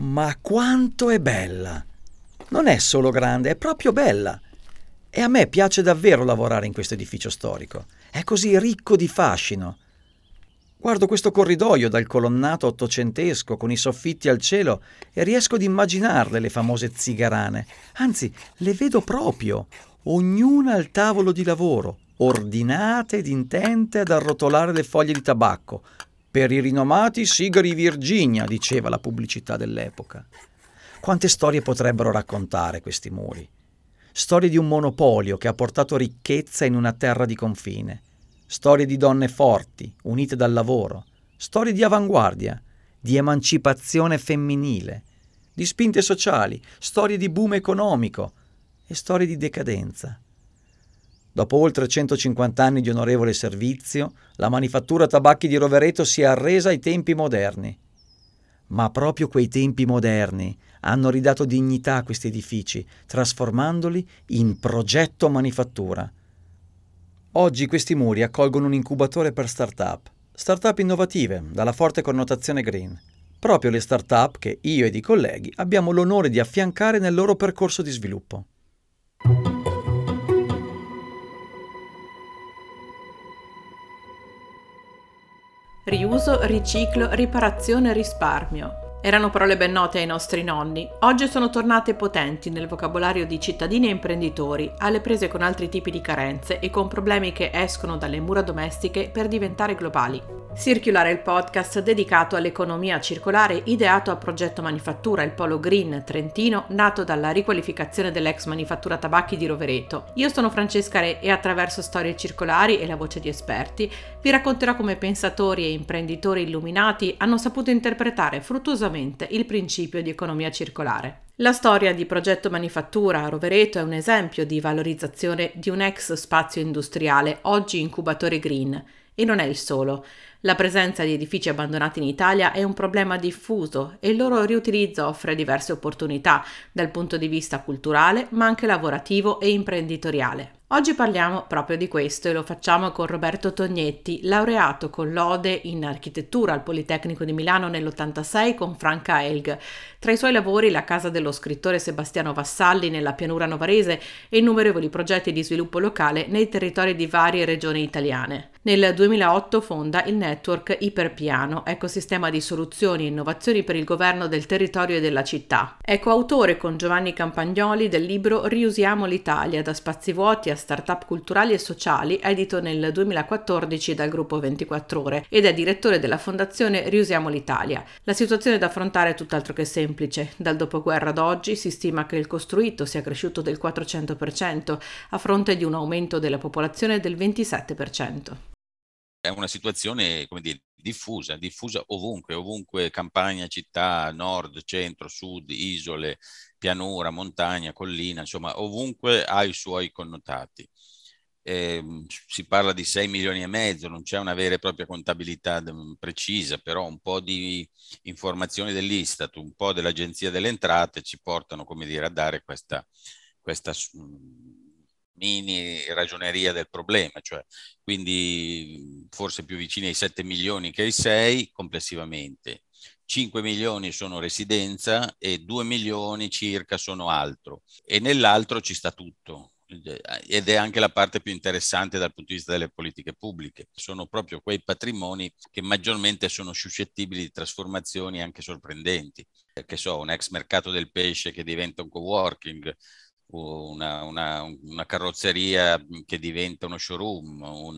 Ma quanto è bella! Non è solo grande, è proprio bella. E a me piace davvero lavorare in questo edificio storico. È così ricco di fascino. Guardo questo corridoio dal colonnato ottocentesco con i soffitti al cielo e riesco ad immaginarle le famose zigarane. Anzi, le vedo proprio, ognuna al tavolo di lavoro, ordinate ed intente ad arrotolare le foglie di tabacco. Per i rinomati sigari Virginia, diceva la pubblicità dell'epoca. Quante storie potrebbero raccontare questi muri? Storie di un monopolio che ha portato ricchezza in una terra di confine. Storie di donne forti, unite dal lavoro. Storie di avanguardia, di emancipazione femminile, di spinte sociali, storie di boom economico e storie di decadenza. Dopo oltre 150 anni di onorevole servizio, la manifattura tabacchi di Rovereto si è arresa ai tempi moderni. Ma proprio quei tempi moderni hanno ridato dignità a questi edifici, trasformandoli in progetto manifattura. Oggi questi muri accolgono un incubatore per start-up innovative, dalla forte connotazione green. Proprio le start-up che io ed i colleghi abbiamo l'onore di affiancare nel loro percorso di sviluppo. Riuso, riciclo, riparazione e risparmio. Erano parole ben note ai nostri nonni. Oggi sono tornate potenti nel vocabolario di cittadini e imprenditori, alle prese con altri tipi di carenze e con problemi che escono dalle mura domestiche per diventare globali. Circular è il podcast dedicato all'economia circolare ideato a Progetto Manifattura, il polo green trentino, nato dalla riqualificazione dell'ex manifattura tabacchi di Rovereto. Io sono Francesca Re e attraverso storie circolari e la voce di esperti vi racconterò come pensatori e imprenditori illuminati hanno saputo interpretare fruttuosamente il principio di economia circolare. La storia di Progetto Manifattura a Rovereto è un esempio di valorizzazione di un ex spazio industriale, oggi incubatore green. E non è il solo. La presenza di edifici abbandonati in Italia è un problema diffuso e il loro riutilizzo offre diverse opportunità dal punto di vista culturale, ma anche lavorativo e imprenditoriale. Oggi parliamo proprio di questo e lo facciamo con Roberto Tognetti, laureato con lode in architettura al Politecnico di Milano nell'86 con Franca Elg. Tra i suoi lavori la casa dello scrittore Sebastiano Vassalli nella pianura novarese e innumerevoli progetti di sviluppo locale nei territori di varie regioni italiane. Nel 2008 fonda il network Iperpiano, ecosistema di soluzioni e innovazioni per il governo del territorio e della città. È coautore con Giovanni Campagnoli del libro Riusiamo l'Italia, da spazi vuoti a start-up culturali e sociali, edito nel 2014 dal gruppo 24 Ore, ed è direttore della fondazione Riusiamo l'Italia. La situazione da affrontare è tutt'altro che semplice. Dal dopoguerra ad oggi si stima che il costruito sia cresciuto del 400%, a fronte di un aumento della popolazione del 27%. È una situazione, come dire, diffusa ovunque, campagna, città, nord, centro, sud, isole, pianura, montagna, collina, insomma, ovunque ha i suoi connotati. Si parla di 6 milioni e mezzo, non c'è una vera e propria contabilità precisa, però un po' di informazioni dell'Istat, un po' dell'Agenzia delle Entrate ci portano, come dire, a dare questa mini ragioneria del problema, cioè quindi forse più vicini ai 7 milioni che ai 6 complessivamente. 5 milioni sono residenza e 2 milioni circa sono altro, e nell'altro ci sta tutto. Ed è anche la parte più interessante dal punto di vista delle politiche pubbliche. Sono proprio quei patrimoni che maggiormente sono suscettibili di trasformazioni anche sorprendenti. Che so, un ex mercato del pesce che diventa un coworking, una carrozzeria che diventa uno showroom,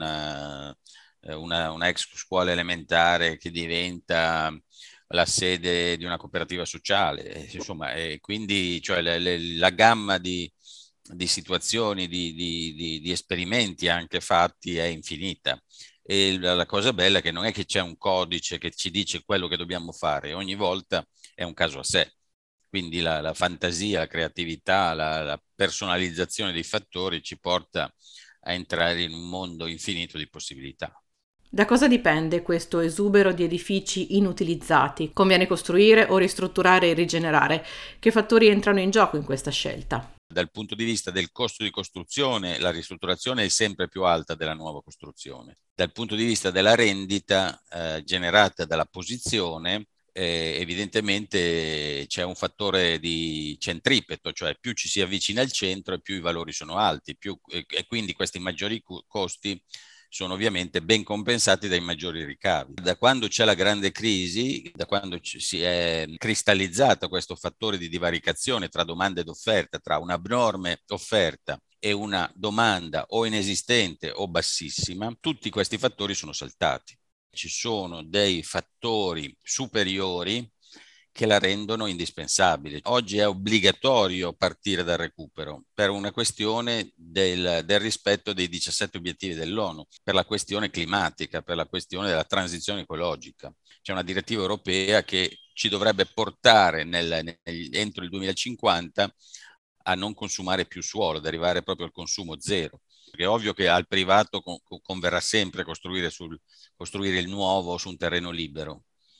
una ex scuola elementare che diventa la sede di una cooperativa sociale, insomma, e quindi cioè, la gamma di situazioni, di esperimenti anche fatti è infinita. E la cosa bella è che non è che c'è un codice che ci dice quello che dobbiamo fare, ogni volta è un caso a sé. Quindi la fantasia, la creatività, la personalizzazione dei fattori ci porta a entrare in un mondo infinito di possibilità. Da cosa dipende questo esubero di edifici inutilizzati? Conviene costruire o ristrutturare e rigenerare? Che fattori entrano in gioco in questa scelta? Dal punto di vista del costo di costruzione, la ristrutturazione è sempre più alta della nuova costruzione. Dal punto di vista della rendita generata dalla posizione, evidentemente c'è un fattore di centripeto, cioè più ci si avvicina al centro e più i valori sono alti, e quindi questi maggiori costi sono ovviamente ben compensati dai maggiori ricavi. Da quando c'è la grande crisi, da quando si è cristallizzato questo fattore di divaricazione tra domanda ed offerta, tra un'abnorme offerta e una domanda o inesistente o bassissima, tutti questi fattori sono saltati. Ci sono dei fattori superiori che la rendono indispensabile. Oggi è obbligatorio partire dal recupero per una questione del rispetto dei 17 obiettivi dell'ONU, per la questione climatica, per la questione della transizione ecologica. C'è una direttiva europea che ci dovrebbe portare entro il 2050 a non consumare più suolo, ad arrivare proprio al consumo zero. Perché è ovvio che al privato converrà sempre costruire il nuovo su un terreno libero.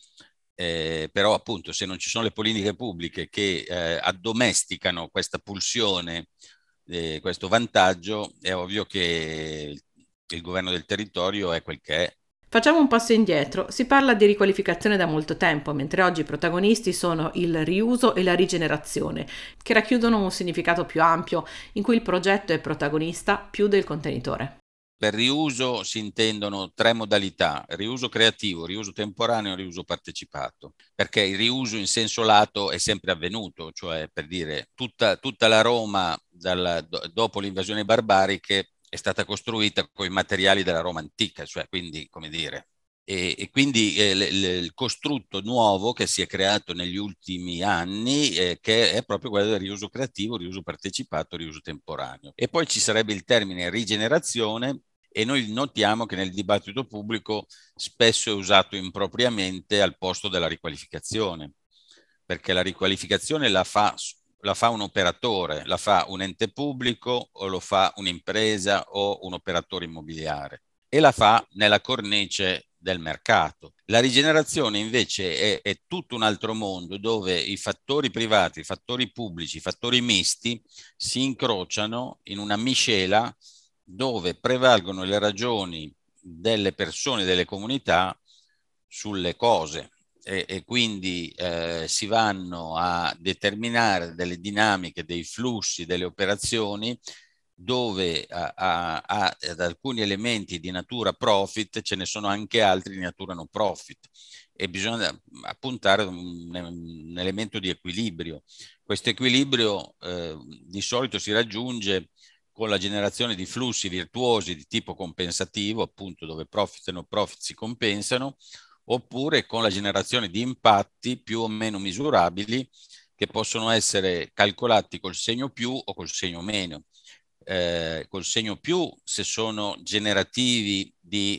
Però appunto se non ci sono le politiche pubbliche che addomesticano questa pulsione, questo vantaggio, è ovvio che il governo del territorio è quel che è. Facciamo un passo indietro. Si parla di riqualificazione da molto tempo, mentre oggi i protagonisti sono il riuso e la rigenerazione, che racchiudono un significato più ampio, in cui il progetto è protagonista più del contenitore. Per riuso si intendono tre modalità: riuso creativo, riuso temporaneo e riuso partecipato, perché il riuso in senso lato è sempre avvenuto, cioè per dire tutta la Roma dopo le invasioni barbariche è stata costruita con i materiali della Roma antica, cioè quindi come dire. E quindi il costrutto nuovo che si è creato negli ultimi anni, che è proprio quello del riuso creativo, riuso partecipato, riuso temporaneo. E poi ci sarebbe il termine rigenerazione, e noi notiamo che nel dibattito pubblico spesso è usato impropriamente al posto della riqualificazione, perché la riqualificazione la fa un operatore, la fa un ente pubblico o lo fa un'impresa o un operatore immobiliare, e la fa nella cornice del mercato. La rigenerazione invece è tutto un altro mondo, dove i fattori privati, i fattori pubblici, i fattori misti si incrociano in una miscela dove prevalgono le ragioni delle persone, delle comunità sulle cose, e quindi si vanno a determinare delle dinamiche, dei flussi, delle operazioni dove ad alcuni elementi di natura profit ce ne sono anche altri di natura no profit, e bisogna appuntare un elemento di equilibrio. Questo equilibrio di solito si raggiunge con la generazione di flussi virtuosi di tipo compensativo, appunto dove profit e no profit si compensano, oppure con la generazione di impatti più o meno misurabili, che possono essere calcolati col segno più o col segno meno. Col segno più se sono generativi di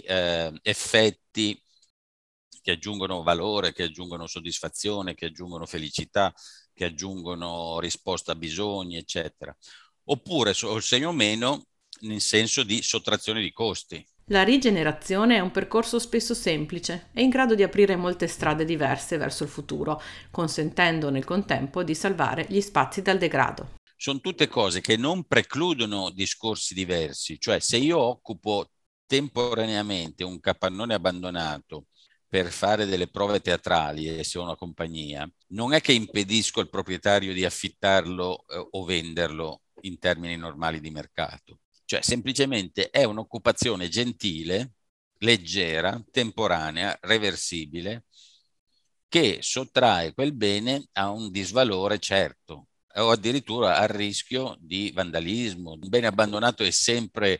effetti che aggiungono valore, che aggiungono soddisfazione, che aggiungono felicità, che aggiungono risposta a bisogni, eccetera. Oppure il segno meno nel senso di sottrazione di costi. La rigenerazione è un percorso spesso semplice e in grado di aprire molte strade diverse verso il futuro, consentendo nel contempo di salvare gli spazi dal degrado. Sono tutte cose che non precludono discorsi diversi, cioè se io occupo temporaneamente un capannone abbandonato per fare delle prove teatrali, e se ho una compagnia, non è che impedisco al proprietario di affittarlo o venderlo in termini normali di mercato. Cioè semplicemente è un'occupazione gentile, leggera, temporanea, reversibile, che sottrae quel bene a un disvalore certo o addirittura al rischio di vandalismo. Un bene abbandonato è sempre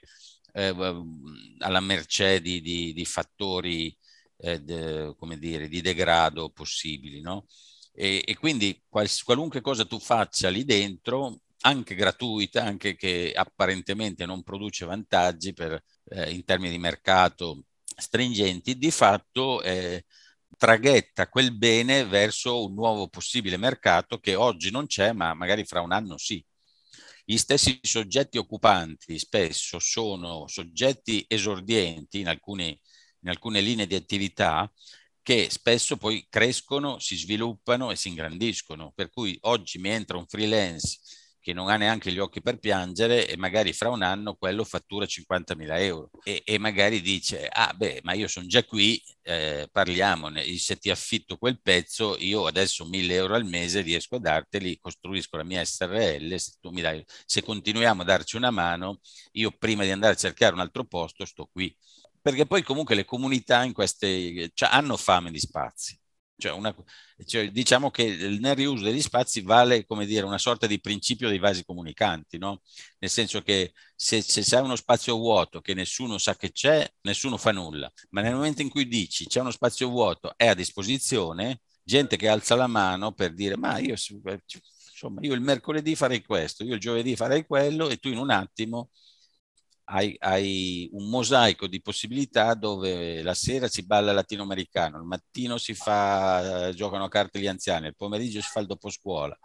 alla mercé di fattori come dire, di degrado possibili, no? E quindi qualunque cosa tu faccia lì dentro, anche gratuita, anche che apparentemente non produce vantaggi in termini di mercato stringenti, di fatto traghetta quel bene verso un nuovo possibile mercato che oggi non c'è, ma magari fra un anno sì. Gli stessi soggetti occupanti spesso sono soggetti esordienti in alcune linee di attività, che spesso poi crescono, si sviluppano e si ingrandiscono. Per cui oggi mi entra un freelance che non ha neanche gli occhi per piangere e magari fra un anno quello fattura 50.000 euro e magari dice ma io sono già qui, parliamone, se ti affitto quel pezzo io adesso 1.000 euro al mese riesco a darteli, costruisco la mia SRL, se continuiamo a darci una mano io prima di andare a cercare un altro posto sto qui, perché poi comunque le comunità in queste hanno fame di spazi. Diciamo che nel riuso degli spazi vale, come dire, una sorta di principio dei vasi comunicanti, no? Nel senso che se c'è uno spazio vuoto che nessuno sa che c'è, nessuno fa nulla, ma nel momento in cui dici c'è uno spazio vuoto, è a disposizione, gente che alza la mano per dire ma io il mercoledì farei questo, io il giovedì farei quello, e tu in un attimo hai un mosaico di possibilità dove la sera si balla latinoamericano, il mattino giocano a carte gli anziani, il pomeriggio si fa il doposcuola,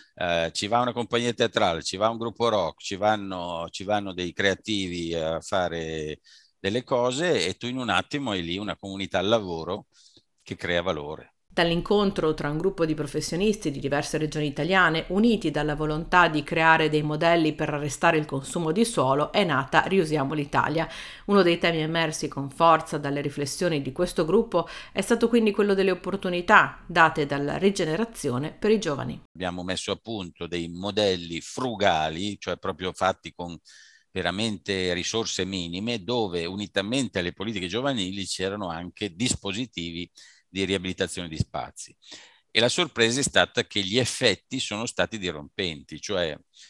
ci va una compagnia teatrale, ci va un gruppo rock, ci vanno dei creativi a fare delle cose e tu in un attimo hai lì una comunità al lavoro che crea valore. Dall'incontro tra un gruppo di professionisti di diverse regioni italiane, uniti dalla volontà di creare dei modelli per arrestare il consumo di suolo, è nata Riusiamo l'Italia. Uno dei temi emersi con forza dalle riflessioni di questo gruppo è stato quindi quello delle opportunità date dalla rigenerazione per i giovani. Abbiamo messo a punto dei modelli frugali, cioè proprio fatti con veramente risorse minime, dove unitamente alle politiche giovanili c'erano anche dispositivi di riabilitazione di spazi. E la sorpresa è stata che gli effetti sono stati dirompenti, cioè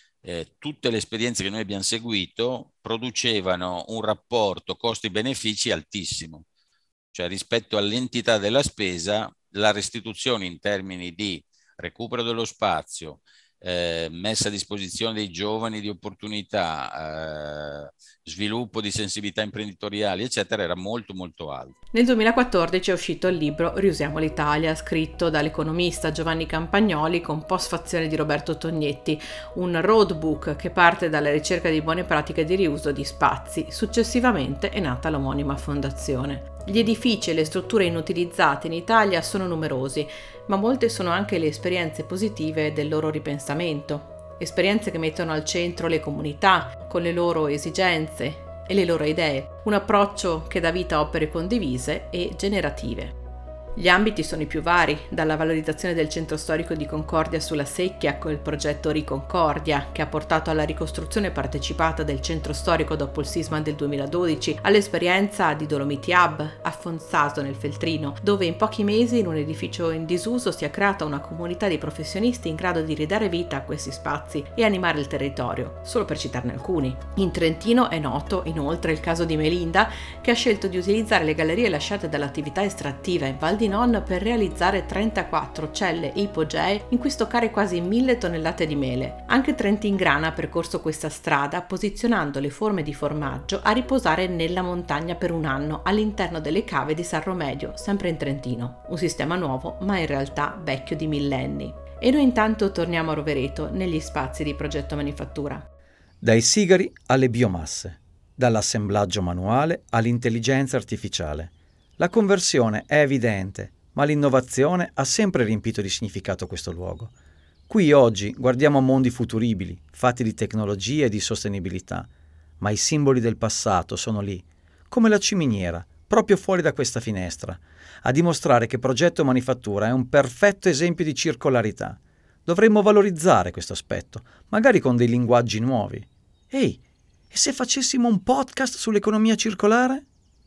tutte le esperienze che noi abbiamo seguito producevano un rapporto costi-benefici altissimo, cioè rispetto all'entità della spesa la restituzione in termini di recupero dello spazio, messa a disposizione dei giovani di opportunità, sviluppo di sensibilità imprenditoriali, eccetera, era molto molto alto. Nel 2014 è uscito il libro Riusiamo l'Italia, scritto dall'economista Giovanni Campagnoli con postfazione di Roberto Tognetti, un roadbook che parte dalla ricerca di buone pratiche di riuso di spazi. Successivamente è nata l'omonima fondazione. Gli edifici e le strutture inutilizzate in Italia sono numerosi, ma molte sono anche le esperienze positive del loro ripensamento. Esperienze che mettono al centro le comunità, con le loro esigenze e le loro idee, un approccio che dà vita a opere condivise e generative. Gli ambiti sono i più vari, dalla valorizzazione del centro storico di Concordia sulla Secchia con il progetto Riconcordia, che ha portato alla ricostruzione partecipata del centro storico dopo il sisma del 2012, all'esperienza di Dolomiti Hub a Fonzaso nel Feltrino, dove in pochi mesi in un edificio in disuso si è creata una comunità di professionisti in grado di ridare vita a questi spazi e animare il territorio, solo per citarne alcuni. In Trentino è noto inoltre il caso di Melinda, che ha scelto di utilizzare le gallerie lasciate dall'attività estrattiva in Val di Non per realizzare 34 celle ipogee in cui stoccare quasi 1.000 tonnellate di mele. Anche Trentingrana ha percorso questa strada posizionando le forme di formaggio a riposare nella montagna per un anno all'interno delle cave di San Romedio, sempre in Trentino. Un sistema nuovo ma in realtà vecchio di millenni. E noi intanto torniamo a Rovereto negli spazi di Progetto Manifattura. Dai sigari alle biomasse, dall'assemblaggio manuale all'intelligenza artificiale. La conversione è evidente, ma l'innovazione ha sempre riempito di significato questo luogo. Qui oggi guardiamo a mondi futuribili, fatti di tecnologia e di sostenibilità, ma i simboli del passato sono lì, come la ciminiera, proprio fuori da questa finestra, a dimostrare che Progetto Manifattura è un perfetto esempio di circolarità. Dovremmo valorizzare questo aspetto, magari con dei linguaggi nuovi. Ehi, e se facessimo un podcast sull'economia circolare?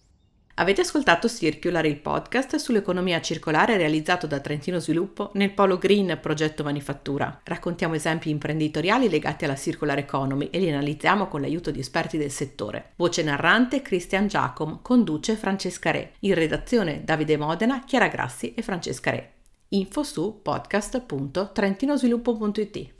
Avete ascoltato Circular, il podcast sull'economia circolare realizzato da Trentino Sviluppo nel polo Green Progetto Manifattura. Raccontiamo esempi imprenditoriali legati alla circular economy e li analizziamo con l'aiuto di esperti del settore. Voce narrante Christian Giacom, conduce Francesca Re. In redazione Davide Modena, Chiara Grassi e Francesca Re. Info su podcast.trentinosviluppo.it.